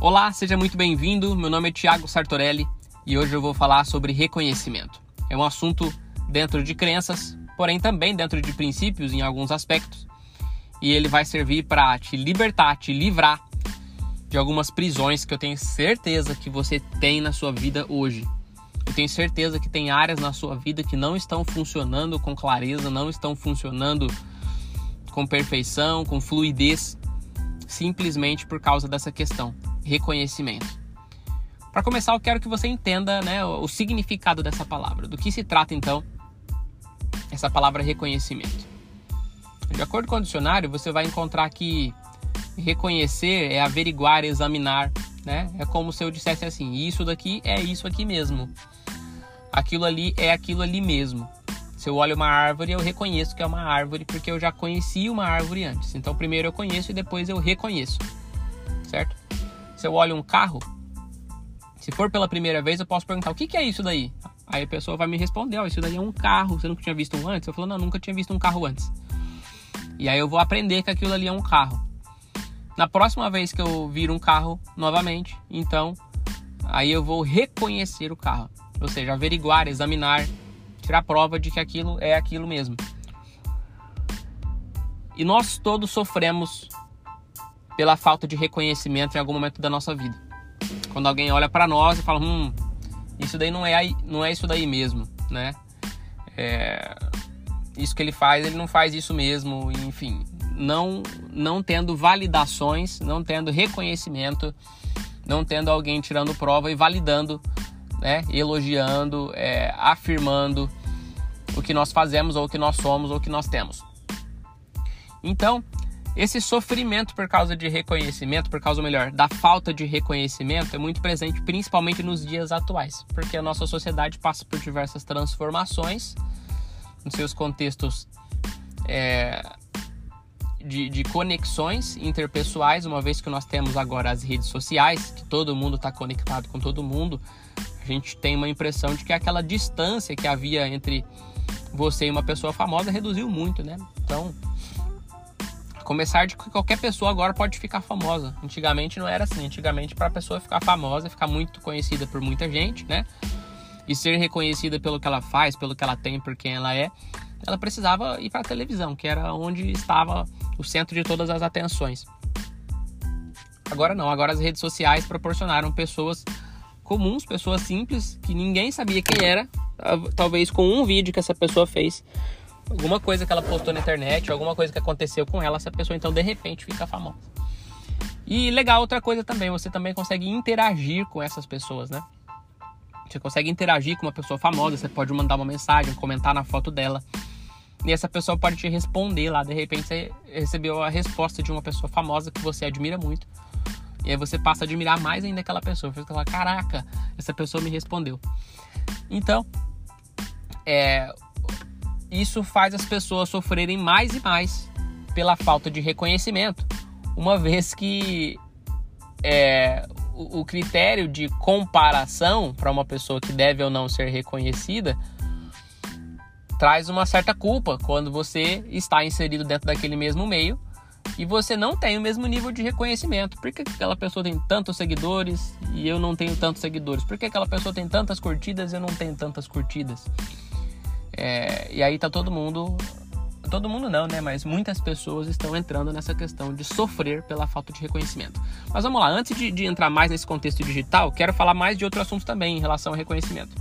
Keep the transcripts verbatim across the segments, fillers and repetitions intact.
Olá, seja muito bem-vindo. Meu nome é Thiago Sartorelli e hoje eu vou falar sobre reconhecimento. É um assunto dentro de crenças, porém também dentro de princípios em alguns aspectos. E ele vai servir para te libertar, te livrar de algumas prisões que eu tenho certeza que você tem na sua vida hoje. Eu tenho certeza que tem áreas na sua vida que não estão funcionando com clareza, não estão funcionando com perfeição, com fluidez, simplesmente por causa dessa questão, reconhecimento. Para começar, eu quero que você entenda, né, o significado dessa palavra. Do que se trata, então, essa palavra reconhecimento? De acordo com o dicionário, você vai encontrar que reconhecer é averiguar, examinar, né? É como se eu dissesse assim, isso daqui é isso aqui mesmo. Aquilo ali é aquilo ali mesmo. Se eu olho uma árvore, eu reconheço que é uma árvore porque eu já conheci uma árvore antes. Então, primeiro eu conheço e depois eu reconheço, certo? Se eu olho um carro, se for pela primeira vez, eu posso perguntar, o que que é isso daí? Aí a pessoa vai me responder, ó, oh, isso daí é um carro, você nunca tinha visto um antes? Eu falo, não, nunca tinha visto um carro antes. E aí eu vou aprender que aquilo ali é um carro. Na próxima vez que eu vir um carro novamente, então, aí eu vou reconhecer o carro. Ou seja, averiguar, examinar, tirar prova de que aquilo é aquilo mesmo. E nós todos sofremos pela falta de reconhecimento em algum momento da nossa vida. Quando alguém olha para nós e fala, hum, isso daí não é, não é isso daí mesmo, né? É, isso que ele faz, ele não faz isso mesmo, enfim. Não, não tendo validações, não tendo reconhecimento, não tendo alguém tirando prova e validando, né, elogiando, é, afirmando o que nós fazemos, ou o que nós somos, ou o que nós temos. Então, esse sofrimento por causa de reconhecimento, por causa, melhor, da falta de reconhecimento, é muito presente principalmente nos dias atuais, porque a nossa sociedade passa por diversas transformações nos seus contextos é, de, de conexões interpessoais, uma vez que nós temos agora as redes sociais, que todo mundo está conectado com todo mundo. A gente tem uma impressão de que aquela distância que havia entre você e uma pessoa famosa reduziu muito, né? Então, começar de que qualquer pessoa agora pode ficar famosa. Antigamente não era assim. Antigamente, para a pessoa ficar famosa, ficar muito conhecida por muita gente, né? E ser reconhecida pelo que ela faz, pelo que ela tem, por quem ela é, ela precisava ir para a televisão, que era onde estava o centro de todas as atenções. Agora não. Agora as redes sociais proporcionaram pessoas comuns, pessoas simples, que ninguém sabia quem era, talvez com um vídeo que essa pessoa fez, alguma coisa que ela postou na internet, alguma coisa que aconteceu com ela, essa pessoa então de repente fica famosa. E legal, outra coisa também, você também consegue interagir com essas pessoas, né? Você consegue interagir com uma pessoa famosa, você pode mandar uma mensagem, comentar na foto dela, e essa pessoa pode te responder lá, de repente você recebeu a resposta de uma pessoa famosa que você admira muito. E aí você passa a admirar mais ainda aquela pessoa. Você fala, caraca, essa pessoa me respondeu. Então, é, isso faz as pessoas sofrerem mais e mais pela falta de reconhecimento. Uma vez que é, o, o critério de comparação para uma pessoa que deve ou não ser reconhecida traz uma certa culpa quando você está inserido dentro daquele mesmo meio e você não tem o mesmo nível de reconhecimento. Por que aquela pessoa tem tantos seguidores e eu não tenho tantos seguidores? Por que aquela pessoa tem tantas curtidas e eu não tenho tantas curtidas? É, e aí tá todo mundo... Todo mundo não, né? Mas muitas pessoas estão entrando nessa questão de sofrer pela falta de reconhecimento. Mas vamos lá, antes de, de entrar mais nesse contexto digital, quero falar mais de outro assunto também em relação ao reconhecimento.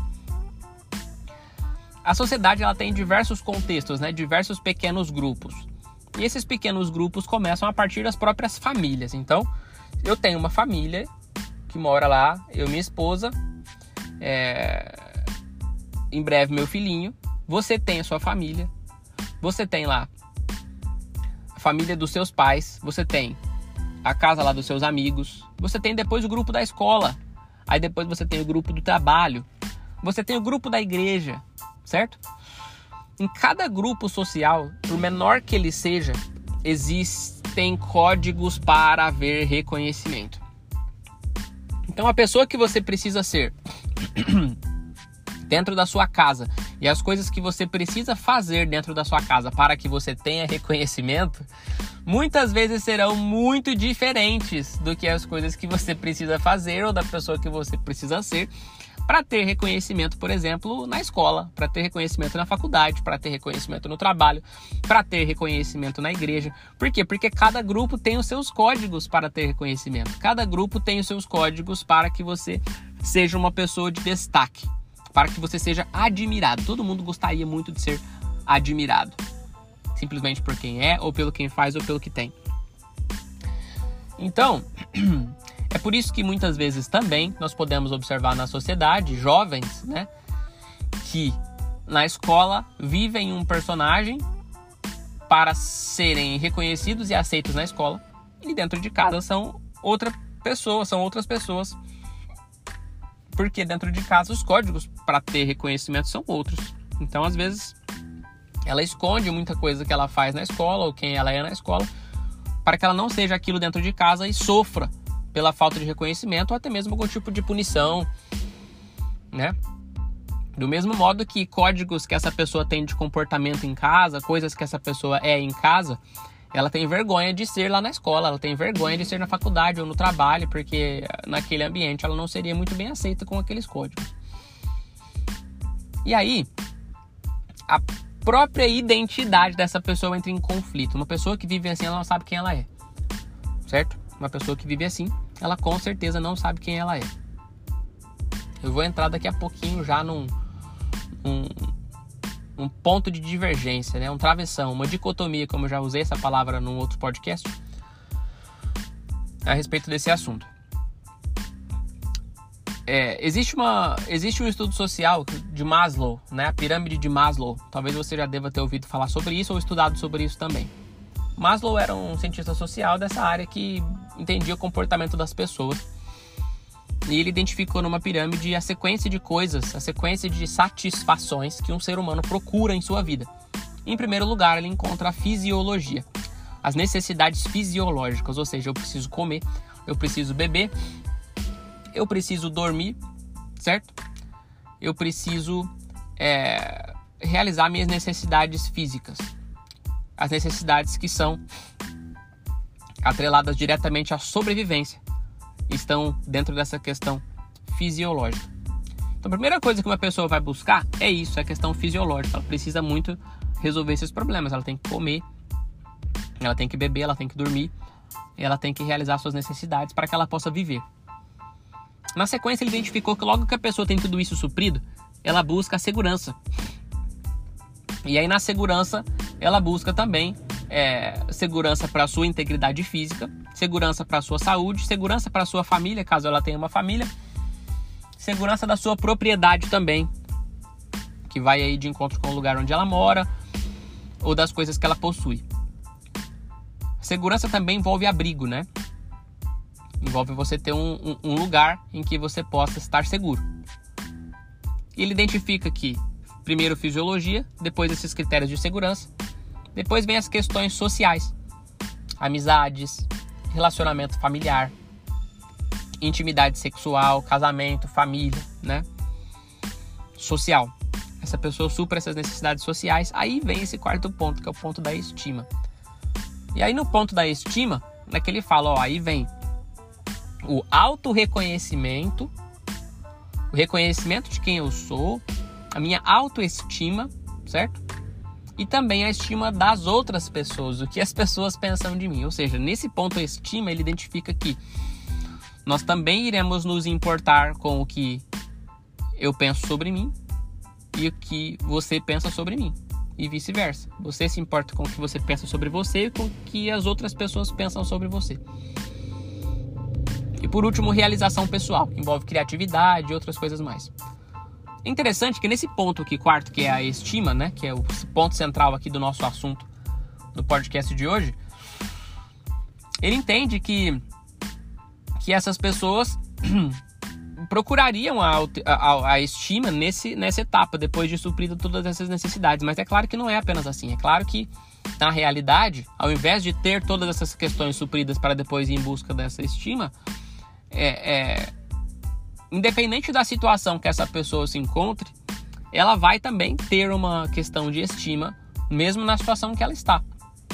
A sociedade, ela tem diversos contextos, né? Diversos pequenos grupos. E esses pequenos grupos começam a partir das próprias famílias. Então, eu tenho uma família que mora lá, eu e minha esposa, é... em breve meu filhinho. Você tem a sua família, você tem lá a família dos seus pais, você tem a casa lá dos seus amigos, você tem depois o grupo da escola, aí depois você tem o grupo do trabalho, você tem o grupo da igreja, certo? Em cada grupo social, por menor que ele seja, existem códigos para haver reconhecimento. Então, a pessoa que você precisa ser dentro da sua casa e as coisas que você precisa fazer dentro da sua casa para que você tenha reconhecimento, muitas vezes serão muito diferentes do que as coisas que você precisa fazer ou da pessoa que você precisa ser para ter reconhecimento, por exemplo, na escola, para ter reconhecimento na faculdade, para ter reconhecimento no trabalho, para ter reconhecimento na igreja. Por quê? Porque cada grupo tem os seus códigos para ter reconhecimento. Cada grupo tem os seus códigos para que você seja uma pessoa de destaque, para que você seja admirado. Todo mundo gostaria muito de ser admirado, simplesmente por quem é, ou pelo quem faz, ou pelo que tem. Então, é por isso que muitas vezes também nós podemos observar na sociedade jovens, né, que na escola vivem um personagem para serem reconhecidos e aceitos na escola, e dentro de casa são outra pessoa, são outras pessoas, porque dentro de casa os códigos para ter reconhecimento são outros. Então, às vezes, ela esconde muita coisa que ela faz na escola, ou quem ela é na escola, para que ela não seja aquilo dentro de casa e sofra pela falta de reconhecimento, ou até mesmo algum tipo de punição, né? Do mesmo modo que códigos que essa pessoa tem de comportamento em casa, coisas que essa pessoa é em casa, ela tem vergonha de ser lá na escola, ela tem vergonha de ser na faculdade ou no trabalho, porque naquele ambiente ela não seria muito bem aceita com aqueles códigos. E aí, a própria identidade dessa pessoa entra em conflito. Uma pessoa que vive assim, ela não sabe quem ela é, certo? Uma pessoa que vive assim, ela com certeza não sabe quem ela é. Eu vou entrar daqui a pouquinho já num, num, num ponto de divergência, né? Um travessão, uma dicotomia, como eu já usei essa palavra num outro podcast, a respeito desse assunto. É, existe, uma, existe um estudo social de Maslow, né? A pirâmide de Maslow. Talvez você já deva ter ouvido falar sobre isso ou estudado sobre isso também. Maslow era um cientista social dessa área que entendia o comportamento das pessoas. E ele identificou numa pirâmide a sequência de coisas, a sequência de satisfações que um ser humano procura em sua vida. Em primeiro lugar, ele encontra a fisiologia, as necessidades fisiológicas, ou seja, eu preciso comer, eu preciso beber, eu preciso dormir, certo? Eu preciso é, realizar minhas necessidades físicas. As necessidades que são atreladas diretamente à sobrevivência estão dentro dessa questão fisiológica. Então, a primeira coisa que uma pessoa vai buscar é isso, é a questão fisiológica. Ela precisa muito resolver esses problemas. Ela tem que comer, ela tem que beber, ela tem que dormir, ela tem que realizar suas necessidades para que ela possa viver. Na sequência, ele identificou que logo que a pessoa tem tudo isso suprido, ela busca a segurança. E aí, na segurança, ela busca também é, segurança para a sua integridade física, segurança para a sua saúde, segurança para a sua família, caso ela tenha uma família, segurança da sua propriedade também, que vai aí de encontro com o lugar onde ela mora, ou das coisas que ela possui. Segurança também envolve abrigo, né? Envolve você ter um, um, um lugar em que você possa estar seguro. Ele identifica que primeiro fisiologia, depois esses critérios de segurança, depois vem as questões sociais, amizades, relacionamento familiar, intimidade sexual, casamento, família, né? Social. Essa pessoa supra essas necessidades sociais. Aí vem esse quarto ponto, que é o ponto da estima. E aí no ponto da estima, é que ele fala, ó, aí vem o autorreconhecimento, o reconhecimento de quem eu sou, a minha autoestima, certo? E também a estima das outras pessoas, o que as pessoas pensam de mim. Ou seja, nesse ponto a estima, ele identifica que nós também iremos nos importar com o que eu penso sobre mim e o que você pensa sobre mim. E vice-versa. Você se importa com o que você pensa sobre você e com o que as outras pessoas pensam sobre você. E por último, realização pessoal, que envolve criatividade e outras coisas mais. É interessante que nesse ponto aqui, quarto, que é a estima, né, que é o ponto central aqui do nosso assunto do podcast de hoje, ele entende que, que essas pessoas procurariam a, a, a estima nesse, nessa etapa, depois de suprir todas essas necessidades. Mas é claro que não é apenas assim. É claro que, na realidade, ao invés de ter todas essas questões supridas para depois ir em busca dessa estima, é... é independente da situação que essa pessoa se encontre, ela vai também ter uma questão de estima, mesmo na situação que ela está.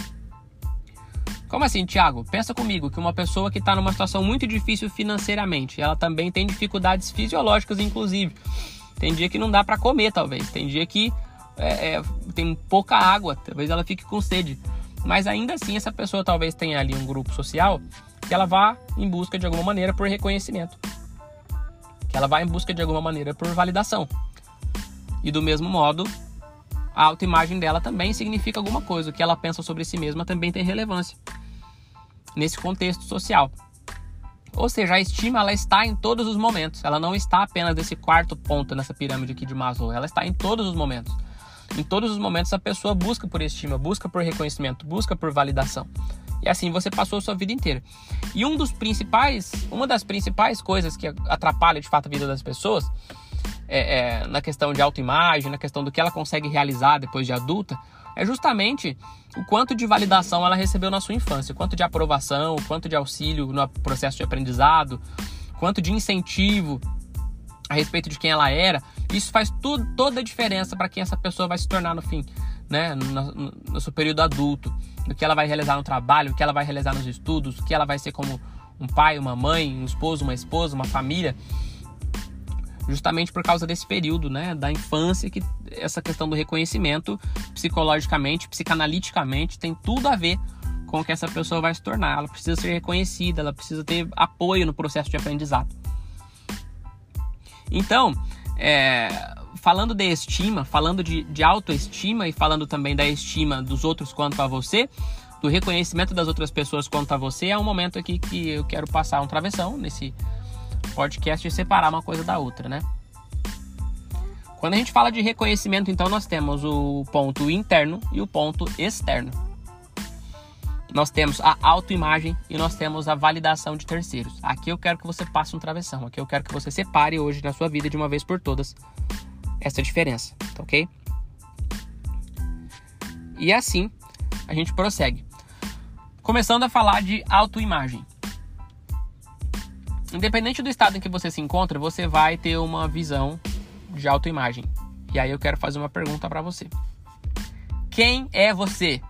Como assim, Thiago? Pensa comigo que uma pessoa que está numa situação muito difícil financeiramente, ela também tem dificuldades fisiológicas, inclusive. Tem dia que não dá para comer, talvez. Tem dia que é, é, tem pouca água, talvez ela fique com sede. Mas ainda assim, essa pessoa talvez tenha ali um grupo social que ela vá em busca de alguma maneira por reconhecimento. Que ela vá em busca de alguma maneira por validação. E do mesmo modo, a autoimagem dela também significa alguma coisa. O que ela pensa sobre si mesma também tem relevância nesse contexto social. Ou seja, a estima, ela está em todos os momentos. Ela não está apenas nesse quarto ponto nessa pirâmide aqui de Maslow. Ela está em todos os momentos. Em todos os momentos a pessoa busca por estima, busca por reconhecimento, busca por validação. E assim você passou a sua vida inteira. E um dos principais, uma das principais coisas que atrapalha de fato a vida das pessoas, é, é, na questão de autoimagem, na questão do que ela consegue realizar depois de adulta, é justamente o quanto de validação ela recebeu na sua infância, o quanto de aprovação, o quanto de auxílio no processo de aprendizado, o quanto de incentivo a respeito de quem ela era. Isso faz tudo, toda a diferença para quem essa pessoa vai se tornar no fim, né? no, no, no seu período adulto, do que ela vai realizar no trabalho, o que ela vai realizar nos estudos, o que ela vai ser como um pai, uma mãe, um esposo, uma esposa, uma família, justamente por causa desse período, né, da infância, que essa questão do reconhecimento psicologicamente, psicanaliticamente, tem tudo a ver com o que essa pessoa vai se tornar. Ela precisa ser reconhecida, ela precisa ter apoio no processo de aprendizado. Então, é, falando de estima, falando de, de autoestima e falando também da estima dos outros quanto a você, do reconhecimento das outras pessoas quanto a você, é um momento aqui que eu quero passar um travessão nesse podcast e separar uma coisa da outra, né? Quando a gente fala de reconhecimento, então, nós temos o ponto interno e o ponto externo. Nós temos a autoimagem e nós temos a validação de terceiros. Aqui eu quero que você passe um travessão. Aqui eu quero que você separe hoje na sua vida de uma vez por todas essa diferença, tá ok? E assim a gente prossegue. Começando a falar de autoimagem. Independente do estado em que você se encontra, você vai ter uma visão de autoimagem. E aí eu quero fazer uma pergunta para você. Quem é você?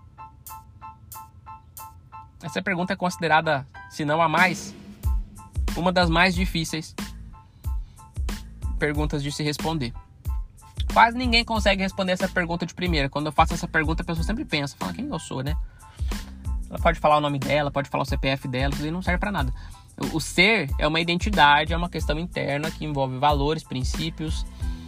Essa pergunta é considerada, se não a mais, uma das mais difíceis perguntas de se responder. Quase ninguém consegue responder essa pergunta de primeira. Quando eu faço essa pergunta, a pessoa sempre pensa, fala, quem eu sou, né? Ela pode falar o nome dela, pode falar o C P F dela, isso aí não serve para nada. O ser é uma identidade, é uma questão interna que envolve valores, princípios,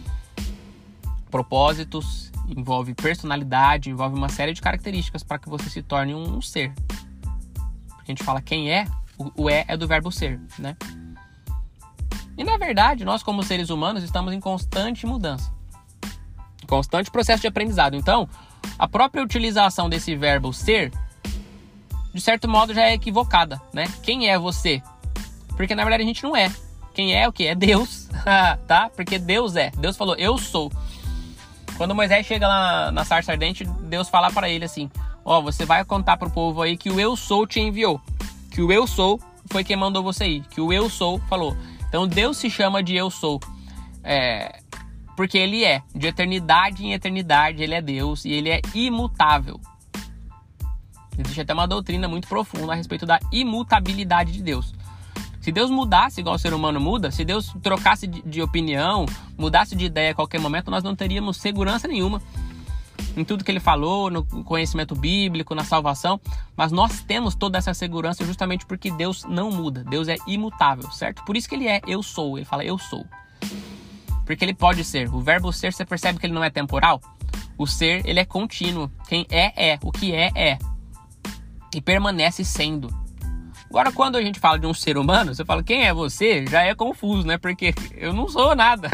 propósitos, envolve personalidade, envolve uma série de características para que você se torne um, um ser. Porque a gente fala quem é, o, o é é do verbo ser, né? E na verdade, nós como seres humanos estamos em constante mudança, constante processo de aprendizado. Então, a própria utilização desse verbo ser, de certo modo, já é equivocada, né? Quem é você? Porque na verdade a gente não é. Quem é o que? É Deus, tá? Porque Deus é. Deus falou, eu sou. Quando Moisés chega lá na sarça ardente, Deus fala para ele assim, ó, oh, você vai contar pro povo aí que o eu sou te enviou. Que o eu sou foi quem mandou você ir. Que o eu sou falou. Então Deus se chama de eu sou. É, porque ele é. De eternidade em eternidade ele é Deus e ele é imutável. Existe até uma doutrina muito profunda a respeito da imutabilidade de Deus. Se Deus mudasse igual o ser humano muda, se Deus trocasse de, de opinião, mudasse de ideia a qualquer momento, nós não teríamos segurança nenhuma em tudo que ele falou, no conhecimento bíblico, na salvação. Mas nós temos toda essa segurança justamente porque Deus não muda. Deus é imutável, certo? Por isso que ele é eu sou. Ele fala eu sou. Porque ele pode ser. O verbo ser, você percebe que ele não é temporal? O ser, ele é contínuo. Quem é, é. O que é, é. E permanece sendo. Agora, quando a gente fala de um ser humano, você fala, quem é você? Já é confuso, né? Porque eu não sou nada.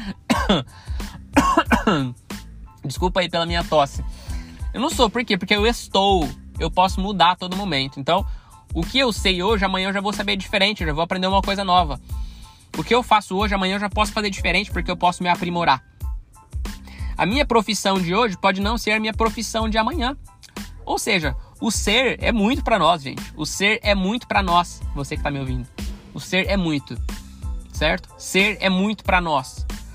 Desculpa aí pela minha tosse. Eu não sou, por quê? Porque eu estou. Eu posso mudar a todo momento. Então, o que eu sei hoje, amanhã eu já vou saber diferente. Eu já vou aprender uma coisa nova. O que eu faço hoje, amanhã eu já posso fazer diferente, porque eu posso me aprimorar. A minha profissão de hoje pode não ser a minha profissão de amanhã. Ou seja, o ser é muito pra nós, gente. O ser é muito pra nós, você que tá me ouvindo. O ser é muito, certo? Ser é muito pra nós.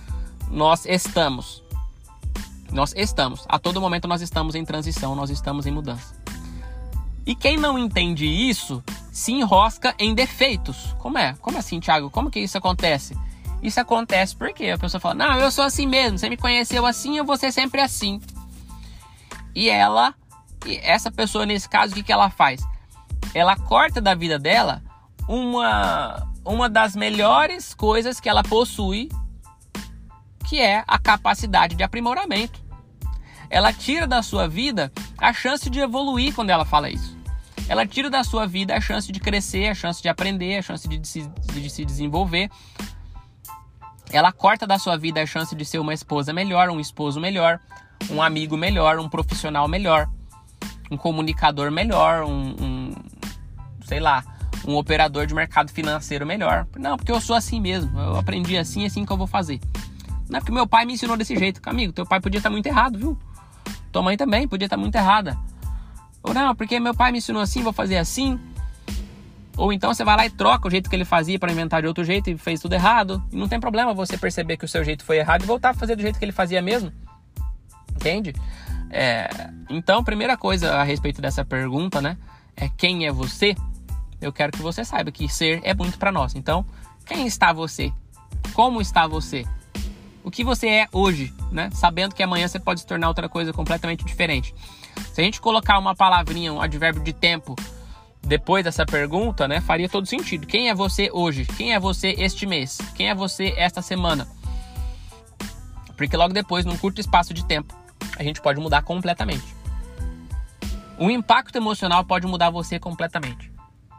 nós estamos. Nós estamos. A todo momento nós estamos em transição, nós estamos em mudança. E quem não entende isso, se enrosca em defeitos. Como é? Como assim, Thiago? Como que isso acontece? Isso acontece porque a pessoa fala, não, eu sou assim mesmo, você me conheceu assim, eu vou ser sempre assim. E ela, essa pessoa nesse caso, o que, que ela faz? Ela corta da vida dela uma, uma das melhores coisas que ela possui, que é a capacidade de aprimoramento. Ela tira da sua vida a chance de evoluir quando ela fala isso. Ela tira da sua vida a chance de crescer, a chance de aprender, a chance de se, de se desenvolver. Ela corta da sua vida a chance de ser uma esposa melhor, um esposo melhor, um amigo melhor, um profissional melhor, um comunicador melhor, um, um sei lá, um operador de mercado financeiro melhor. Não, porque eu sou assim mesmo, eu aprendi assim, assim que eu vou fazer. Não é porque meu pai me ensinou desse jeito. Amigo, teu pai podia estar muito errado, viu? Tua mãe também podia estar muito errada. Ou não, porque meu pai me ensinou assim, vou fazer assim. Ou então você vai lá e troca o jeito que ele fazia para inventar de outro jeito e fez tudo errado. E não tem problema você perceber que o seu jeito foi errado e voltar a fazer do jeito que ele fazia mesmo. Entende? É, então, primeira coisa a respeito dessa pergunta, né? É quem é você? Eu quero que você saiba que ser é muito para nós. Então, quem está você? Como está você? O que você é hoje, né? Sabendo que amanhã você pode se tornar outra coisa completamente diferente. Se a gente colocar uma palavrinha, um advérbio de tempo depois dessa pergunta, né, faria todo sentido. Quem é você hoje? Quem é você este mês? Quem é você esta semana? Porque logo depois, num curto espaço de tempo, a gente pode mudar completamente. Um impacto emocional pode mudar você completamente.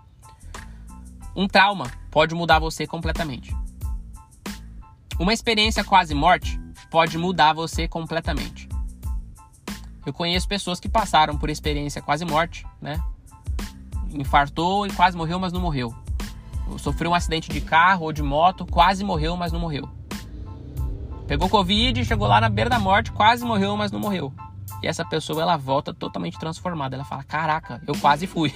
Um trauma pode mudar você completamente. Uma experiência quase morte pode mudar você completamente. Eu conheço pessoas que passaram por experiência quase morte, né? Infartou e quase morreu, mas não morreu. Sofreu um acidente de carro ou de moto, quase morreu, mas não morreu. Pegou Covid e chegou lá na beira da morte, quase morreu, mas não morreu. E essa pessoa, ela volta totalmente transformada. Ela fala, caraca, eu quase fui.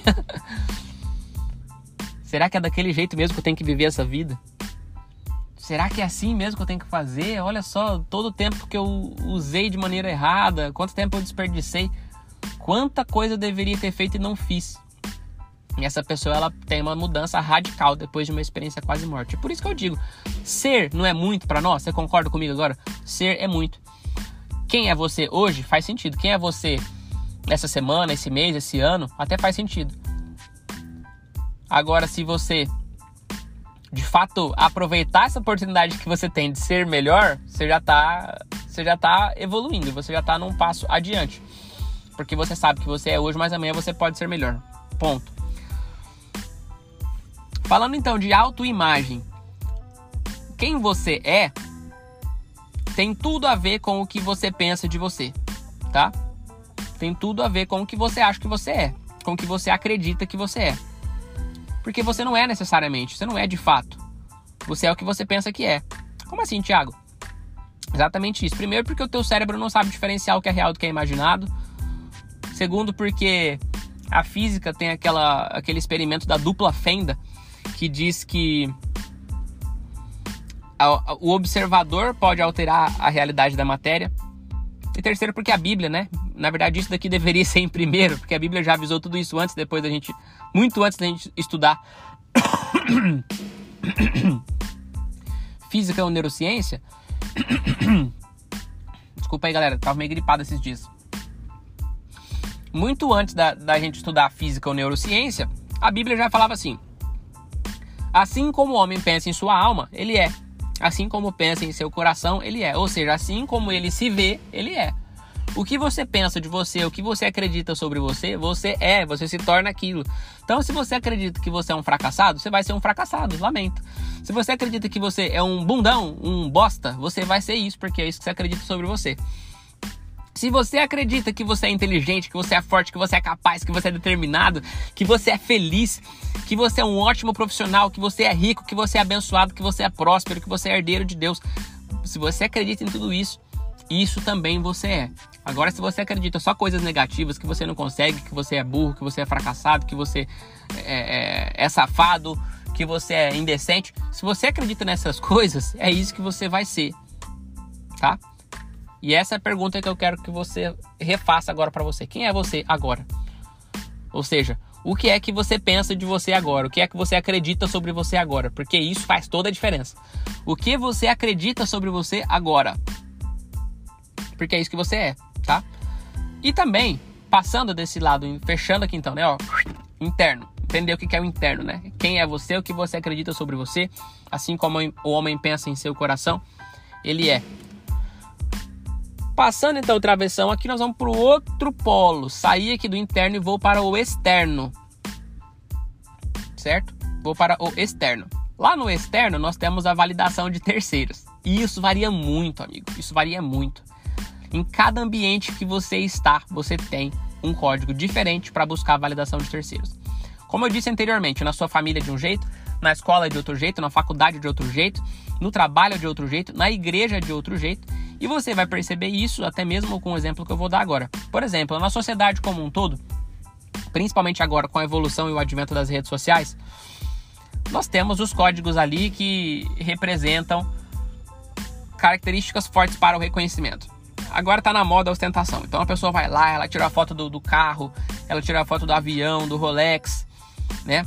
Será que é daquele jeito mesmo que eu tenho que viver essa vida? Será que é assim mesmo que eu tenho que fazer? Olha só, todo o tempo que eu usei de maneira errada, quanto tempo eu desperdicei, quanta coisa eu deveria ter feito e não fiz. E essa pessoa, ela tem uma mudança radical depois de uma experiência quase morte. É por isso que eu digo, ser não é muito para nós? Você concorda comigo agora? Ser é muito. Quem é você hoje faz sentido. Quem é você essa semana, esse mês, esse ano, até faz sentido. Agora, se você de fato aproveitar essa oportunidade que você tem de ser melhor, você já tá, você já tá evoluindo, você já tá num passo adiante. Porque você sabe que você é hoje, mas amanhã você pode ser melhor. Ponto. Falando então de autoimagem, quem você é tem tudo a ver com o que você pensa de você, tá? Tem tudo a ver com o que você acha que você é, com o que você acredita que você é. Porque você não é necessariamente, você não é de fato. Você é o que você pensa que é. Como assim, Thiago? Exatamente isso. Primeiro, porque o teu cérebro não sabe diferenciar o que é real do que é imaginado. Segundo, porque a física tem aquela, aquele experimento da dupla fenda, que diz que a, o observador pode alterar a realidade da matéria. E terceiro, porque a Bíblia, né? Na verdade, isso daqui deveria ser em primeiro, porque a Bíblia já avisou tudo isso antes, depois da gente, muito antes da gente estudar física ou neurociência. Desculpa aí, galera, tava meio gripado esses dias. Muito antes da, da gente estudar física ou neurociência, a Bíblia já falava assim: assim como o homem pensa em sua alma, ele é. Assim como pensa em seu coração, ele é. Ou seja, assim como ele se vê, ele é. O que você pensa de você, o que você acredita sobre você, você é, você se torna aquilo. Então, se você acredita que você é um fracassado, você vai ser um fracassado, lamento. Se você acredita que você é um bundão, um bosta, você vai ser isso, porque é isso que você acredita sobre você. Se você acredita que você é inteligente, que você é forte, que você é capaz, que você é determinado, que você é feliz, que você é um ótimo profissional, que você é rico, que você é abençoado, que você é próspero, que você é herdeiro de Deus. Se você acredita em tudo isso, isso também você é. Agora, se você acredita só coisas negativas, que você não consegue, que você é burro, que você é fracassado, que você é, é, é safado, que você é indecente, se você acredita nessas coisas, é isso que você vai ser. tá? E essa é a pergunta que eu quero que você refaça agora para você. Quem é você agora? Ou seja, o que é que você pensa de você agora? O que é que você acredita sobre você agora? Porque isso faz toda a diferença. O que você acredita sobre você agora? Porque é isso que você é, tá? E também, passando desse lado, fechando aqui então, né? Ó, interno. Entender o que é o interno, né? Quem é você, o que você acredita sobre você. Assim como o homem pensa em seu coração, ele é. Passando então o travessão, aqui nós vamos para o outro polo. Sair aqui do interno e vou para o externo. Certo? Vou para o externo. Lá no externo nós temos a validação de terceiros. E isso varia muito, amigo. Isso varia muito. Em cada ambiente que você está, você tem um código diferente para buscar a validação de terceiros. Como eu disse anteriormente, na sua família de um jeito, na escola de outro jeito, na faculdade de outro jeito, no trabalho de outro jeito, na igreja de outro jeito. E você vai perceber isso até mesmo com o exemplo que eu vou dar agora. Por exemplo, na sociedade como um todo, principalmente agora com a evolução e o advento das redes sociais, nós temos os códigos ali que representam características fortes para o reconhecimento. Agora está na moda a ostentação. Então a pessoa vai lá, ela tira a foto do, do carro, ela tira a foto do avião, do Rolex, né?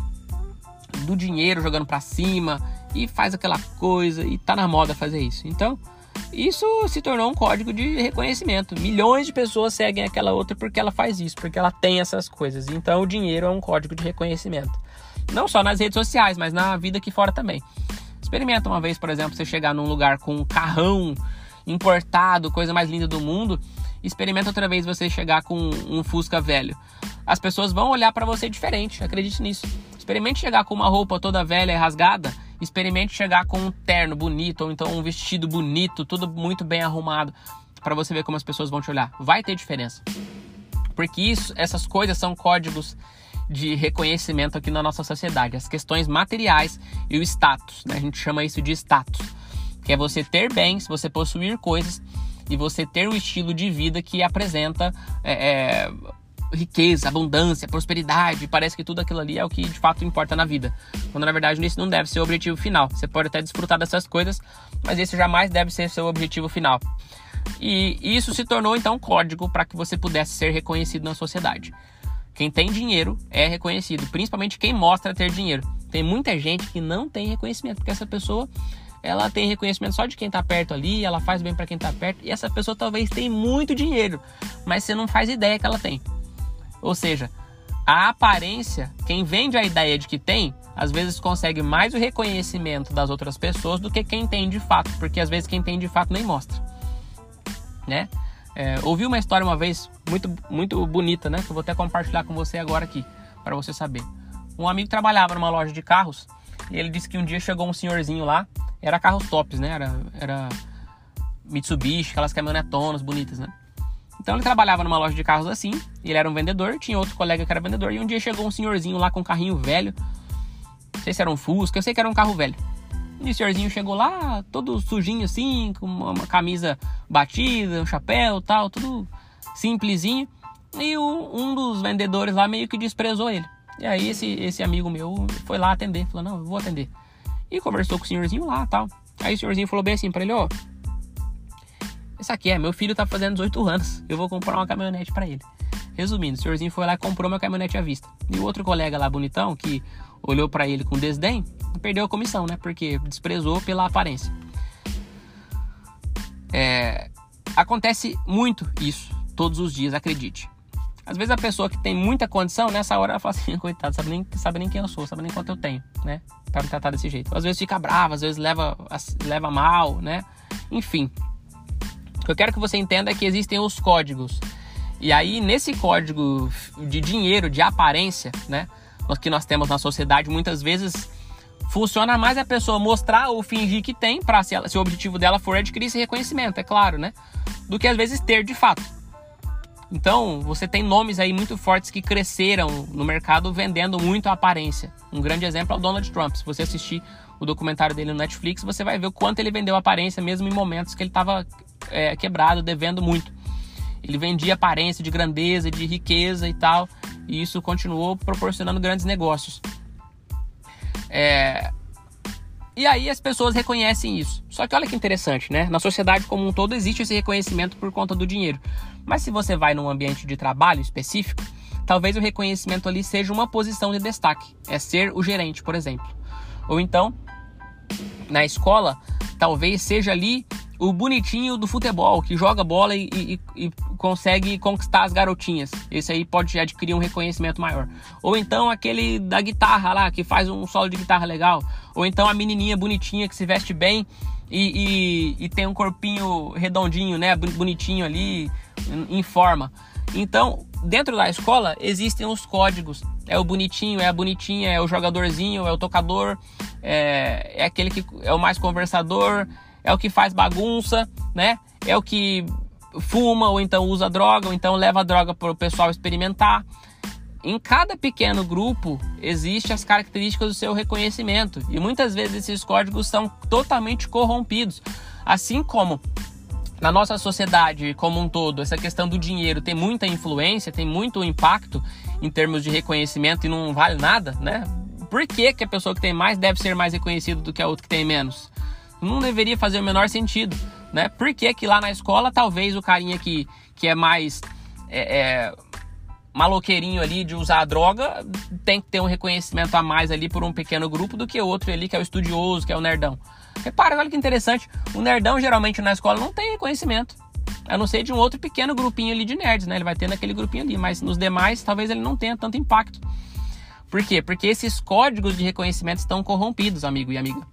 Do dinheiro jogando para cima e faz aquela coisa e tá na moda fazer isso. Então, isso se tornou um código de reconhecimento. Milhões de pessoas seguem aquela outra porque ela faz isso, porque ela tem essas coisas. Então, o dinheiro é um código de reconhecimento. Não só nas redes sociais, mas na vida aqui fora também. Experimenta uma vez, por exemplo, você chegar num lugar com um carrão importado, coisa mais linda do mundo. Experimenta outra vez você chegar com um Fusca velho. As pessoas vão olhar para você diferente, acredite nisso. Experimente chegar com uma roupa toda velha e rasgada. Experimente chegar com um terno bonito, ou então um vestido bonito, tudo muito bem arrumado, para você ver como as pessoas vão te olhar. Vai ter diferença. Porque isso, essas coisas são códigos de reconhecimento aqui na nossa sociedade. As questões materiais e o status, né? A gente chama isso de status. Que é você ter bens, você possuir coisas e você ter um estilo de vida que apresenta é, é, riqueza, abundância, prosperidade. Parece que tudo aquilo ali é o que de fato importa na vida. Quando na verdade isso não deve ser o objetivo final. Você pode até desfrutar dessas coisas, mas esse jamais deve ser seu objetivo final. E isso se tornou então um código para que você pudesse ser reconhecido na sociedade. Quem tem dinheiro é reconhecido, principalmente quem mostra ter dinheiro. Tem muita gente que não tem reconhecimento, porque essa pessoa ela tem reconhecimento só de quem está perto ali, ela faz bem para quem está perto, e essa pessoa talvez tenha muito dinheiro, mas você não faz ideia que ela tem. Ou seja, a aparência, quem vende a ideia de que tem, às vezes consegue mais o reconhecimento das outras pessoas do que quem tem de fato, porque às vezes quem tem de fato nem mostra, né? É, ouvi uma história uma vez muito, muito bonita, né? Que eu vou até compartilhar com você agora aqui, para você saber. Um amigo trabalhava numa loja de carros e ele disse que um dia chegou um senhorzinho lá, era carros tops, né? Era, era Mitsubishi, aquelas caminhonetonas bonitas, né? Então ele trabalhava numa loja de carros assim, ele era um vendedor, tinha outro colega que era vendedor, e um dia chegou um senhorzinho lá com um carrinho velho, não sei se era um Fusca, eu sei que era um carro velho. E o senhorzinho chegou lá, todo sujinho assim, com uma, uma camisa batida, um chapéu e tal, tudo simplesinho. E o, um dos vendedores lá meio que desprezou ele. E aí esse, esse amigo meu foi lá atender, falou, não, eu vou atender. E conversou com o senhorzinho lá e tal. Aí o senhorzinho falou bem assim pra ele, ó, esse aqui é, meu filho tá fazendo dezoito anos, eu vou comprar uma caminhonete pra ele. Resumindo, o senhorzinho foi lá e comprou uma caminhonete à vista. E o outro colega lá bonitão, que olhou pra ele com desdém, perdeu a comissão, né? Porque desprezou pela aparência. É, acontece muito isso, todos os dias, acredite. Às vezes a pessoa que tem muita condição, nessa hora ela fala assim, coitado, sabe nem, sabe nem quem eu sou, sabe nem quanto eu tenho, né? Pra me tratar desse jeito. Às vezes fica brava, às vezes leva, leva mal, né? Enfim. O que eu quero que você entenda é que existem os códigos. E aí, nesse código de dinheiro, de aparência, né? Que nós temos na sociedade, muitas vezes funciona mais a pessoa mostrar ou fingir que tem, para se, se o objetivo dela for adquirir esse reconhecimento, é claro, né? Do que às vezes ter de fato. Então, você tem nomes aí muito fortes que cresceram no mercado vendendo muito a aparência. Um grande exemplo é o Donald Trump. Se você assistir o documentário dele no Netflix, você vai ver o quanto ele vendeu a aparência, mesmo em momentos que ele estava é, quebrado, devendo muito. Ele vendia aparência de grandeza, de riqueza e tal, e isso continuou proporcionando grandes negócios. É... E aí as pessoas reconhecem isso. Só que olha que interessante, né? Na sociedade como um todo existe esse reconhecimento por conta do dinheiro. Mas se você vai num ambiente de trabalho específico, talvez o reconhecimento ali seja uma posição de destaque. É ser o gerente, por exemplo. Ou então, na escola, talvez seja ali o bonitinho do futebol, que joga bola e, e, e consegue conquistar as garotinhas. Esse aí pode adquirir um reconhecimento maior. Ou então aquele da guitarra lá, que faz um solo de guitarra legal. Ou então a menininha bonitinha que se veste bem e, e, e tem um corpinho redondinho, né, bonitinho ali, em forma. Então, dentro da escola existem os códigos. É o bonitinho, é a bonitinha, é o jogadorzinho, é o tocador, é, é aquele que é o mais conversador, é o que faz bagunça, né? É o que fuma ou então usa droga, ou então leva a droga para o pessoal experimentar. Em cada pequeno grupo existem as características do seu reconhecimento. E muitas vezes esses códigos são totalmente corrompidos. Assim como na nossa sociedade como um todo, essa questão do dinheiro tem muita influência, tem muito impacto em termos de reconhecimento e não vale nada, né? Por que que a pessoa que tem mais deve ser mais reconhecida do que a outra que tem menos? Não deveria fazer o menor sentido, né? Por que que lá na escola talvez o carinha que, que é mais é, é, maloqueirinho ali de usar a droga tem que ter um reconhecimento a mais ali por um pequeno grupo do que o outro ali que é o estudioso, que é o nerdão. Repara, olha que interessante, o nerdão geralmente na escola não tem reconhecimento, a não ser de um outro pequeno grupinho ali de nerds, né? Ele vai ter naquele grupinho ali, mas nos demais talvez ele não tenha tanto impacto. Por quê? Porque esses códigos de reconhecimento estão corrompidos, amigo e amiga.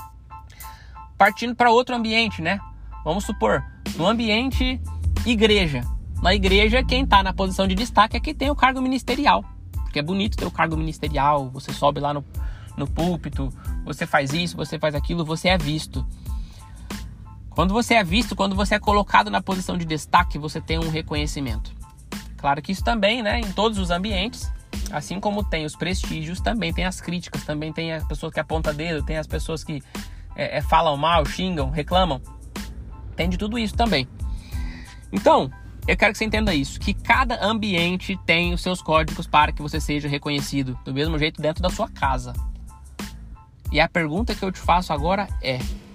Partindo para outro ambiente, né? Vamos supor, no ambiente igreja. Na igreja, quem está na posição de destaque é quem tem o cargo ministerial. Porque é bonito ter o cargo ministerial, você sobe lá no, no púlpito, você faz isso, você faz aquilo, você é visto. Quando você é visto, quando você é colocado na posição de destaque, você tem um reconhecimento. Claro que isso também, né, em todos os ambientes, assim como tem os prestígios, também tem as críticas, também tem as pessoas que apontam dedo, tem as pessoas que é, é, falam mal, xingam, reclamam. Tem de tudo isso também. Então, eu quero que você entenda isso, que cada ambiente tem os seus códigos para que você seja reconhecido, do mesmo jeito dentro da sua casa. E a pergunta que eu te faço agora é: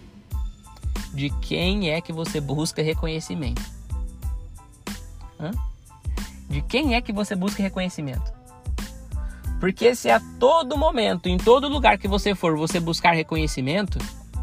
de quem é que você busca reconhecimento? Hã? De quem é que você busca reconhecimento? Porque se a todo momento, em todo lugar que você for, você buscar reconhecimento,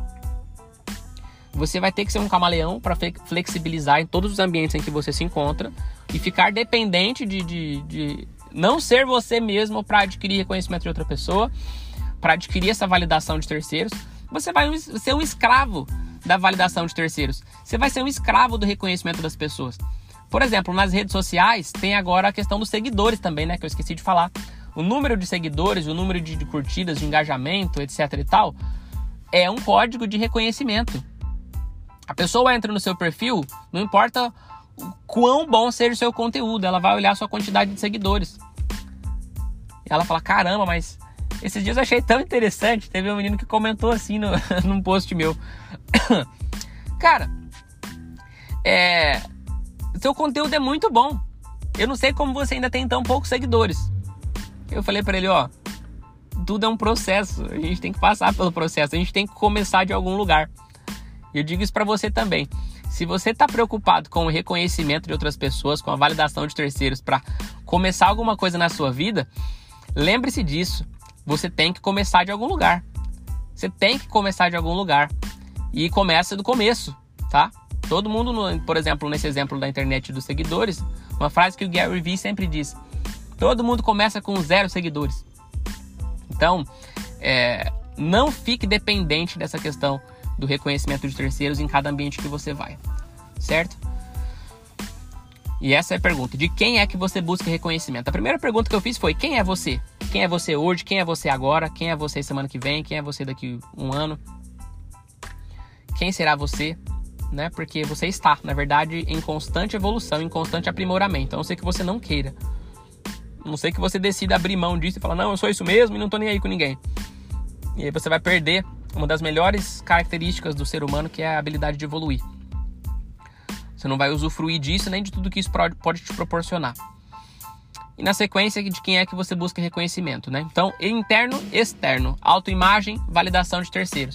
você vai ter que ser um camaleão para flexibilizar em todos os ambientes em que você se encontra e ficar dependente de, de, de não ser você mesmo para adquirir reconhecimento de outra pessoa, para adquirir essa validação de terceiros. Você vai ser um escravo da validação de terceiros. Você vai ser um escravo do reconhecimento das pessoas. Por exemplo, nas redes sociais tem agora a questão dos seguidores também, né? Que eu esqueci de falar. O número de seguidores, o número de, de curtidas, de engajamento, etc e tal, é um código de reconhecimento. A pessoa entra no seu perfil, não importa o quão bom seja o seu conteúdo, ela vai olhar a sua quantidade de seguidores. E ela fala: caramba, mas esses dias eu achei tão interessante. Teve um menino que comentou assim no, num post meu. Cara, é, seu conteúdo é muito bom. Eu não sei como você ainda tem tão poucos seguidores. Eu falei pra ele: ó, tudo é um processo. A gente tem que passar pelo processo. A gente tem que começar de algum lugar. E eu digo isso pra você também. Se você tá preocupado com o reconhecimento de outras pessoas, com a validação de terceiros para começar alguma coisa na sua vida, lembre-se disso. Você tem que começar de algum lugar. Você tem que começar de algum lugar. E começa do começo, tá? Todo mundo, no, por exemplo, nesse exemplo da internet dos seguidores, uma frase que o Gary Vee sempre diz: todo mundo começa com zero seguidores. Então, é, não fique dependente dessa questão do reconhecimento de terceiros em cada ambiente que você vai, certo? E essa é a pergunta: de quem é que você busca reconhecimento? A primeira pergunta que eu fiz foi: quem é você? Quem é você hoje? Quem é você agora? Quem é você semana que vem? Quem é você daqui um ano? Quem será você? Né? Porque você está, na verdade, em constante evolução, em constante aprimoramento. A não ser que você não queira. A não ser que você decida abrir mão disso e falar: não, eu sou isso mesmo e não tô nem aí com ninguém. E aí você vai perder uma das melhores características do ser humano, que é a habilidade de evoluir. Você não vai usufruir disso nem de tudo que isso pode te proporcionar. E na sequência, de quem é que você busca reconhecimento, né? Então, interno, externo, autoimagem, validação de terceiros.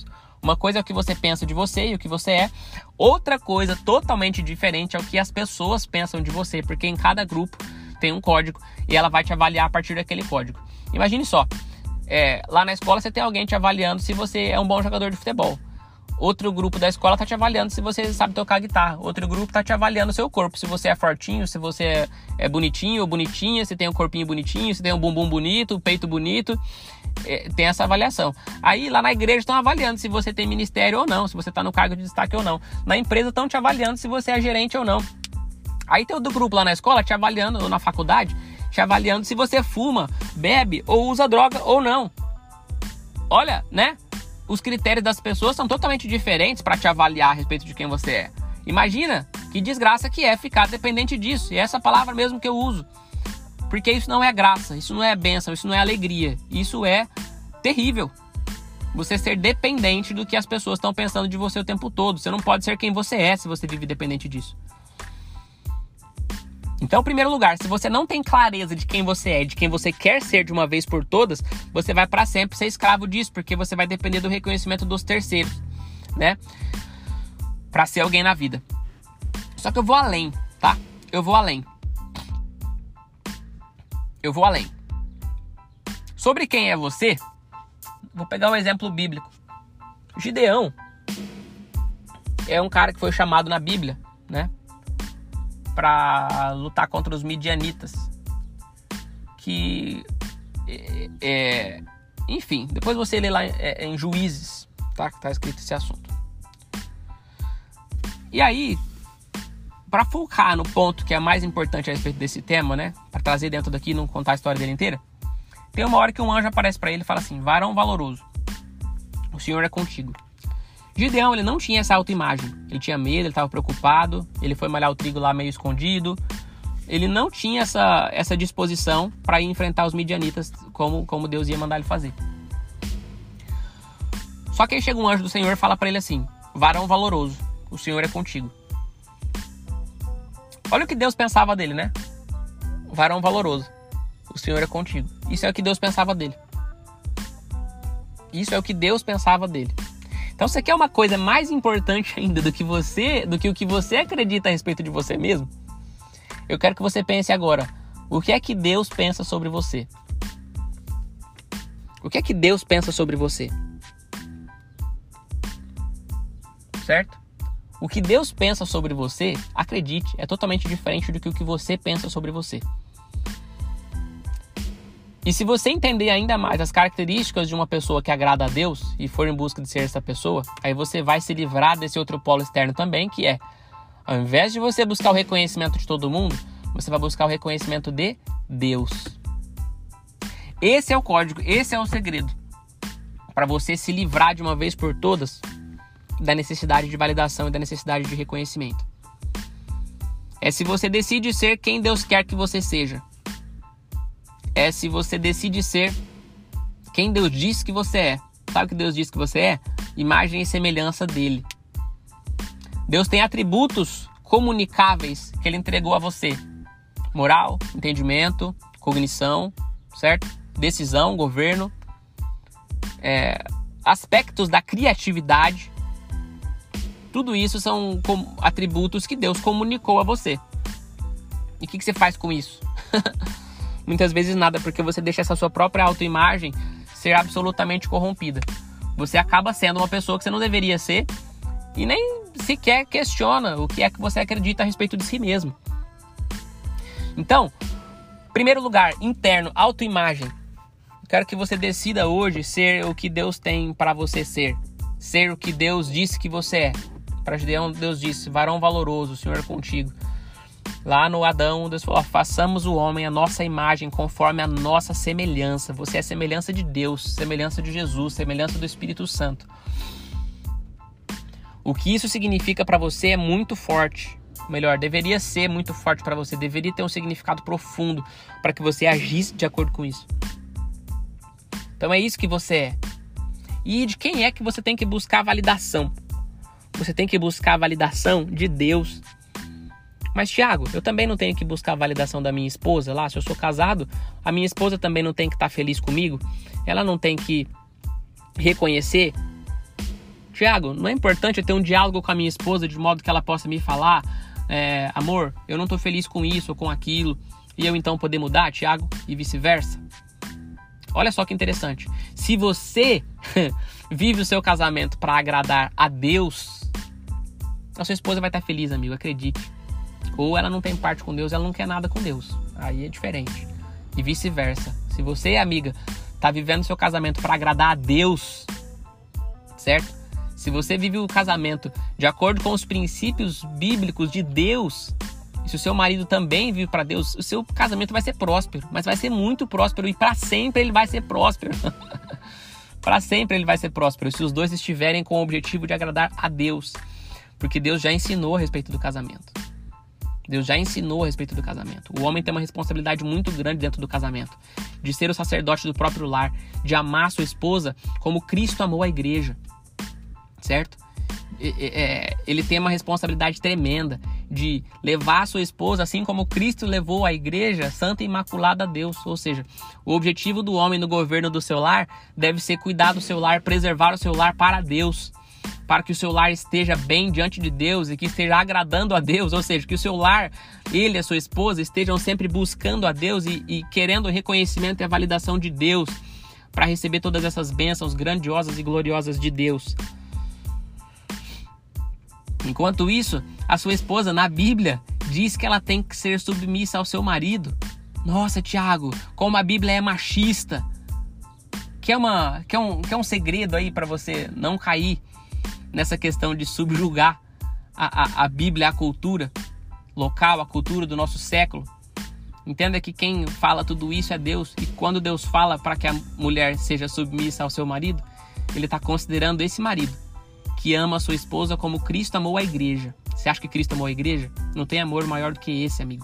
Uma coisa é o que você pensa de você e o que você é. Outra coisa totalmente diferente é o que as pessoas pensam de você, porque em cada grupo tem um código e ela vai te avaliar a partir daquele código. Imagine só, é, lá na escola você tem alguém te avaliando se você é um bom jogador de futebol. Outro grupo da escola tá te avaliando se você sabe tocar guitarra. Outro grupo tá te avaliando o seu corpo, se você é fortinho, se você é, é bonitinho ou bonitinha, se tem um corpinho bonitinho, se tem um bumbum bonito, um peito bonito. É, tem essa avaliação. Aí lá na igreja estão avaliando se você tem ministério ou não, se você tá no cargo de destaque ou não. Na empresa estão te avaliando se você é gerente ou não. Aí tem outro grupo lá na escola te avaliando, ou na faculdade, te avaliando se você fuma, bebe ou usa droga ou não. Olha, né? Os critérios das pessoas são totalmente diferentes para te avaliar a respeito de quem você é. Imagina que desgraça que é ficar dependente disso. E é essa palavra mesmo que eu uso. Porque isso não é graça, isso não é bênção, isso não é alegria. Isso é terrível. Você ser dependente do que as pessoas estão pensando de você o tempo todo. Você não pode ser quem você é se você vive dependente disso. Então, em primeiro lugar, se você não tem clareza de quem você é, de quem você quer ser de uma vez por todas, você vai para sempre ser escravo disso, porque você vai depender do reconhecimento dos terceiros, né? Para ser alguém na vida. Só que eu vou além, tá? Eu vou além. Eu vou além. Sobre quem é você, vou pegar um exemplo bíblico. Gideão é um cara que foi chamado na Bíblia, né? Para lutar contra os midianitas, que é, é, enfim, depois você lê lá é, em Juízes, tá? Que tá escrito esse assunto. E aí, para focar no ponto que é mais importante a respeito desse tema, né? Para trazer dentro daqui e não contar a história dele inteira, tem uma hora que um anjo aparece para ele e fala assim: varão valoroso, o Senhor é contigo. Gideão, ele não tinha essa autoimagem. Ele tinha medo, ele estava preocupado. Ele foi malhar o trigo lá meio escondido. Ele não tinha essa, essa disposição para ir enfrentar os midianitas como, como Deus ia mandar ele fazer. Só que aí chega um anjo do Senhor e fala para ele assim: varão valoroso, o Senhor é contigo. Olha o que Deus pensava dele, né? Varão valoroso, o Senhor é contigo. Isso é o que Deus pensava dele. Isso é o que Deus pensava dele. Então, você quer uma coisa mais importante ainda do que você, do que o que você acredita a respeito de você mesmo? Eu quero que você pense agora: o que é que Deus pensa sobre você? O que é que Deus pensa sobre você? Certo? O que Deus pensa sobre você, acredite, é totalmente diferente do que o que você pensa sobre você. E se você entender ainda mais as características de uma pessoa que agrada a Deus e for em busca de ser essa pessoa, aí você vai se livrar desse outro polo externo também, que é, ao invés de você buscar o reconhecimento de todo mundo, você vai buscar o reconhecimento de Deus. Esse é o código, esse é o segredo para você se livrar de uma vez por todas da necessidade de validação e da necessidade de reconhecimento. É se você decide ser quem Deus quer que você seja. É se você decide ser quem Deus diz que você é. Sabe o que Deus diz que você é? Imagem e semelhança dele. Deus tem atributos comunicáveis que ele entregou a você: moral, entendimento, cognição, certo? Decisão, governo, é, aspectos da criatividade. Tudo isso são atributos que Deus comunicou a você. E o que, que você faz com isso? Muitas vezes nada, porque você deixa essa sua própria autoimagem ser absolutamente corrompida. Você acaba sendo uma pessoa que você não deveria ser e nem sequer questiona o que é que você acredita a respeito de si mesmo. Então, primeiro lugar, interno, autoimagem. Quero que você decida hoje ser o que Deus tem para você ser. Ser o que Deus disse que você é. Para Gideão, Deus disse: varão valoroso, o Senhor é contigo. Lá no Adão, Deus falou: façamos o homem a nossa imagem, conforme a nossa semelhança. Você é semelhança de Deus, semelhança de Jesus, semelhança do Espírito Santo. O que isso significa para você é muito forte. Melhor, deveria ser muito forte para você. Deveria ter um significado profundo para que você agisse de acordo com isso. Então é isso que você é. E de quem é que você tem que buscar a validação? Você tem que buscar a validação de Deus. Mas, Thiago, eu também não tenho que buscar a validação da minha esposa lá. Se eu sou casado, a minha esposa também não tem que estar feliz comigo. Ela não tem que reconhecer. Tiago, não é importante eu ter um diálogo com a minha esposa de modo que ela possa me falar, é, amor, eu não tô feliz com isso ou com aquilo, e eu então poder mudar, Tiago, e vice-versa? Olha só que interessante. Se você vive o seu casamento para agradar a Deus, a sua esposa vai estar feliz, amigo, acredite. Ou ela não tem parte com Deus, ela não quer nada com Deus. Aí é diferente. E vice-versa. Se você, amiga, tá vivendo o seu casamento para agradar a Deus, certo? Se você vive o casamento de acordo com os princípios bíblicos de Deus, e se o seu marido também vive para Deus, o seu casamento vai ser próspero, mas vai ser muito próspero e para sempre ele vai ser próspero. Para sempre ele vai ser próspero, se os dois estiverem com o objetivo de agradar a Deus, porque Deus já ensinou a respeito do casamento. Deus já ensinou a respeito do casamento. O homem tem uma responsabilidade muito grande dentro do casamento, de ser o sacerdote do próprio lar, de amar sua esposa como Cristo amou a igreja. Certo? Ele tem uma responsabilidade tremenda de levar a sua esposa, assim como Cristo levou a igreja santa e imaculada a Deus. Ou seja, o objetivo do homem no governo do seu lar deve ser cuidar do seu lar, preservar o seu lar para Deus, para que o seu lar esteja bem diante de Deus e que esteja agradando a Deus. Ou seja, que o seu lar, ele e a sua esposa estejam sempre buscando a Deus e, e querendo o reconhecimento e a validação de Deus para receber todas essas bênçãos grandiosas e gloriosas de Deus. Enquanto isso, a sua esposa, na Bíblia, diz que ela tem que ser submissa ao seu marido. Nossa, Tiago, como a Bíblia é machista. Quer, uma, quer, um, quer um segredo aí para você não cair nessa questão de subjugar a, a, a Bíblia, a cultura local, a cultura do nosso século? Entenda que quem fala tudo isso é Deus. E quando Deus fala para que a mulher seja submissa ao seu marido, ele está considerando esse marido que ama a sua esposa como Cristo amou a igreja. Você acha que Cristo amou a igreja? Não tem amor maior do que esse, amigo.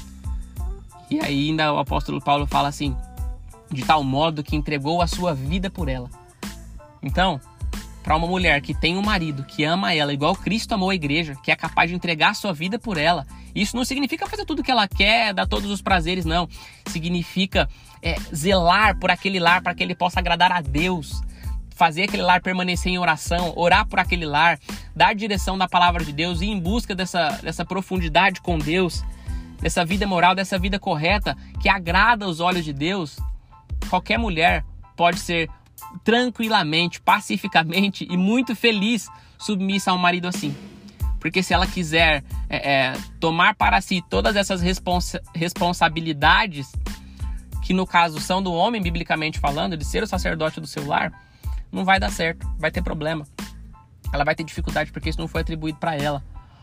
E aí ainda o apóstolo Paulo fala assim, de tal modo que entregou a sua vida por ela. Então, para uma mulher que tem um marido que ama ela igual Cristo amou a igreja, que é capaz de entregar a sua vida por ela, isso não significa fazer tudo o que ela quer, dar todos os prazeres, não. Significa é, zelar por aquele lar para que ele possa agradar a Deus, fazer aquele lar permanecer em oração, orar por aquele lar, dar direção da palavra de Deus, ir em busca dessa, dessa profundidade com Deus, dessa vida moral, dessa vida correta que agrada aos olhos de Deus. Qualquer mulher pode ser tranquilamente, pacificamente e muito feliz submissa a um marido assim. Porque se ela quiser é, é, tomar para si todas essas responsa- responsabilidades, que no caso são do homem, biblicamente falando, de ser o sacerdote do seu lar, não vai dar certo, vai ter problema. Ela vai ter dificuldade porque isso não foi atribuído para ela.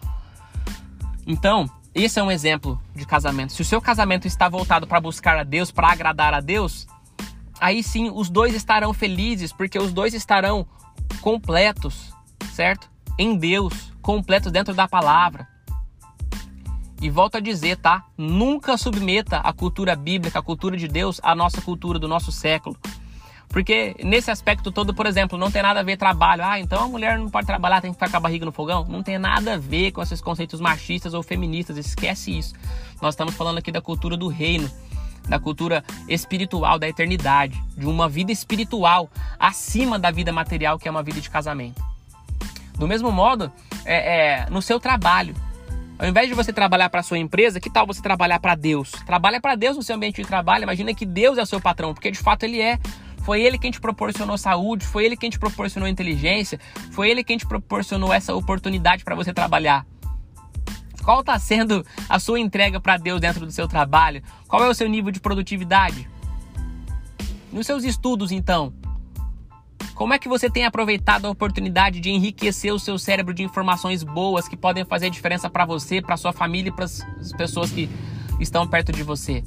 Então, esse é um exemplo de casamento. Se o seu casamento está voltado para buscar a Deus, para agradar a Deus, aí sim os dois estarão felizes, porque os dois estarão completos, certo? Em Deus, completos dentro da palavra. E volto a dizer, tá? Nunca submeta a cultura bíblica, a cultura de Deus, à nossa cultura do nosso século. Porque nesse aspecto todo, por exemplo, não tem nada a ver trabalho. Ah, então a mulher não pode trabalhar, tem que ficar com a barriga no fogão. Não tem nada a ver com esses conceitos machistas ou feministas. Esquece isso. Nós estamos falando aqui da cultura do reino, da cultura espiritual, da eternidade, de uma vida espiritual acima da vida material, que é uma vida de casamento. Do mesmo modo, é, é, no seu trabalho, ao invés de você trabalhar para a sua empresa, que tal você trabalhar para Deus? Trabalha para Deus no seu ambiente de trabalho. Imagina que Deus é o seu patrão, porque de fato Ele é. Foi Ele quem te proporcionou saúde, foi Ele quem te proporcionou inteligência, foi Ele quem te proporcionou essa oportunidade para você trabalhar. Qual está sendo a sua entrega para Deus dentro do seu trabalho? Qual é o seu nível de produtividade? Nos seus estudos, então, como é que você tem aproveitado a oportunidade de enriquecer o seu cérebro de informações boas que podem fazer diferença para você, para sua família e para as pessoas que estão perto de você?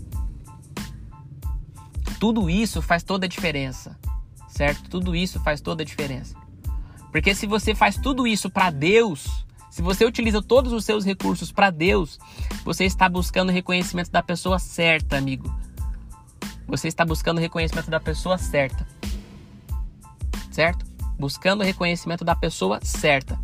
Tudo isso faz toda a diferença, certo? Tudo isso faz toda a diferença. Porque se você faz tudo isso para Deus, se você utiliza todos os seus recursos para Deus, você está buscando o reconhecimento da pessoa certa, amigo. Você está buscando o reconhecimento da pessoa certa. Certo? Buscando o reconhecimento da pessoa certa.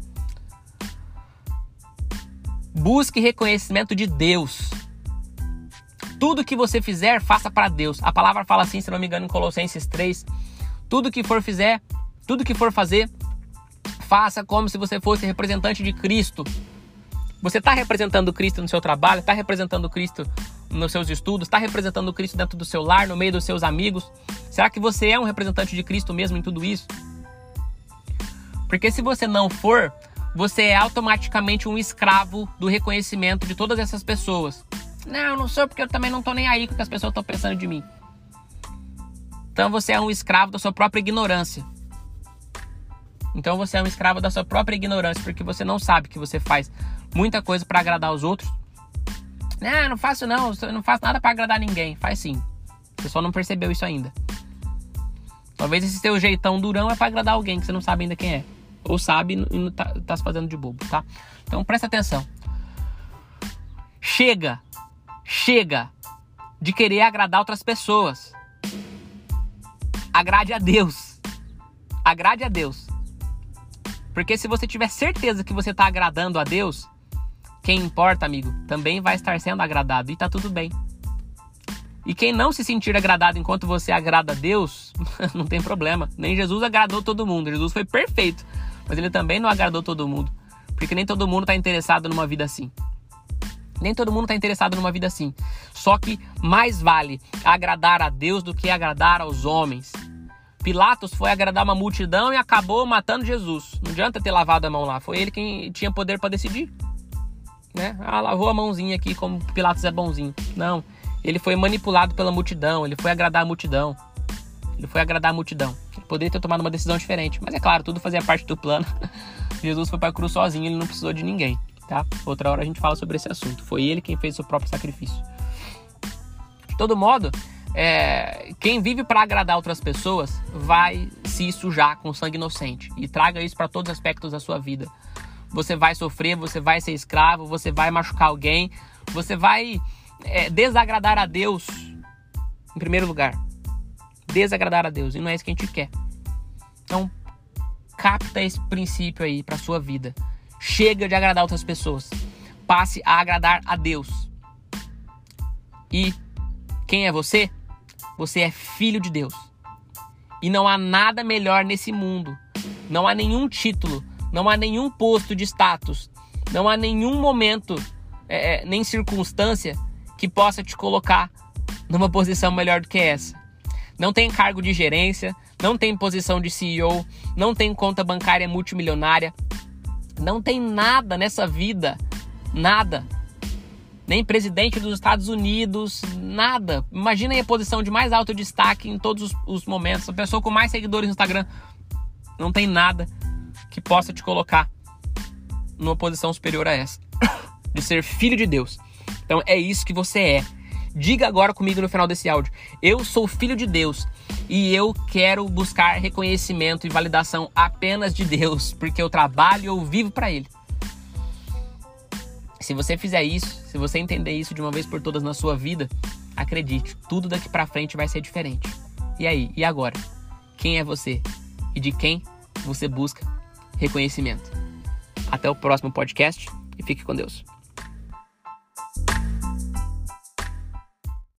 Busque reconhecimento de Deus. Tudo que você fizer, faça para Deus. A palavra fala assim, se não me engano, em Colossenses três. Tudo que for fizer, tudo que for fazer, faça como se você fosse representante de Cristo. Você está representando Cristo no seu trabalho? Está representando Cristo nos seus estudos? Está representando Cristo dentro do seu lar, no meio dos seus amigos? Será que você é um representante de Cristo mesmo em tudo isso? Porque se você não for, você é automaticamente um escravo do reconhecimento de todas essas pessoas. Não, eu não sou porque eu também não estou nem aí com o que as pessoas estão pensando de mim. Então você é um escravo da sua própria ignorância. Então você é um escravo da sua própria ignorância, porque você não sabe que você faz muita coisa para agradar os outros. Não, não faço não, eu não faço nada para agradar ninguém. Faz sim. Você só não percebeu isso ainda. Talvez esse seu jeitão durão é para agradar alguém que você não sabe ainda quem é. Ou sabe e não tá, tá se fazendo de bobo, tá? Então presta atenção. Chega, chega de querer agradar outras pessoas. Agrade a Deus. Agrade a Deus. Porque se você tiver certeza que você está agradando a Deus, quem importa, amigo, também vai estar sendo agradado e tá tudo bem. E quem não se sentir agradado enquanto você agrada a Deus, não tem problema. Nem Jesus agradou todo mundo. Jesus foi perfeito, mas ele também não agradou todo mundo. Porque nem todo mundo está interessado numa vida assim. Nem todo mundo está interessado numa vida assim. Só que mais vale agradar a Deus do que agradar aos homens. Pilatos foi agradar uma multidão e acabou matando Jesus. Não adianta ter lavado a mão lá. Foi ele quem tinha poder para decidir. Né? Ah, lavou a mãozinha aqui como Pilatos é bonzinho. Não. Ele foi manipulado pela multidão. Ele foi agradar a multidão. Ele foi agradar a multidão. Ele poderia ter tomado uma decisão diferente. Mas é claro, tudo fazia parte do plano. Jesus foi para a cruz sozinho. Ele não precisou de ninguém. Tá? Outra hora a gente fala sobre esse assunto. Foi ele quem fez o seu próprio sacrifício. De todo modo... É, quem vive para agradar outras pessoas vai se sujar com sangue inocente. E traga isso para todos os aspectos da sua vida. Você vai sofrer, você vai ser escravo, você vai machucar alguém, você vai é, desagradar a Deus em primeiro lugar. Desagradar a Deus, e não é isso que a gente quer. Então, capta esse princípio aí para sua vida. Chega de agradar outras pessoas. Passe a agradar a Deus. E quem é você? Você é filho de Deus. E não há nada melhor nesse mundo. Não há nenhum título. Não há nenhum posto de status. Não há nenhum momento, é, nem circunstância que possa te colocar numa posição melhor do que essa. Não tem cargo de gerência. Não tem posição de C E O. Não tem conta bancária multimilionária. Não tem nada nessa vida. Nada. Nem presidente dos Estados Unidos, nada. Imagina aí a posição de mais alto destaque em todos os, os momentos. A pessoa com mais seguidores no Instagram. Não tem nada que possa te colocar numa posição superior a essa. De ser filho de Deus. Então é isso que você é. Diga agora comigo no final desse áudio. Eu sou filho de Deus. E eu quero buscar reconhecimento e validação apenas de Deus. Porque eu trabalho e eu vivo para Ele. Se você fizer isso, se você entender isso de uma vez por todas na sua vida, acredite, tudo daqui pra frente vai ser diferente. E aí? E agora? Quem é você? E de quem você busca reconhecimento? Até o próximo podcast e fique com Deus.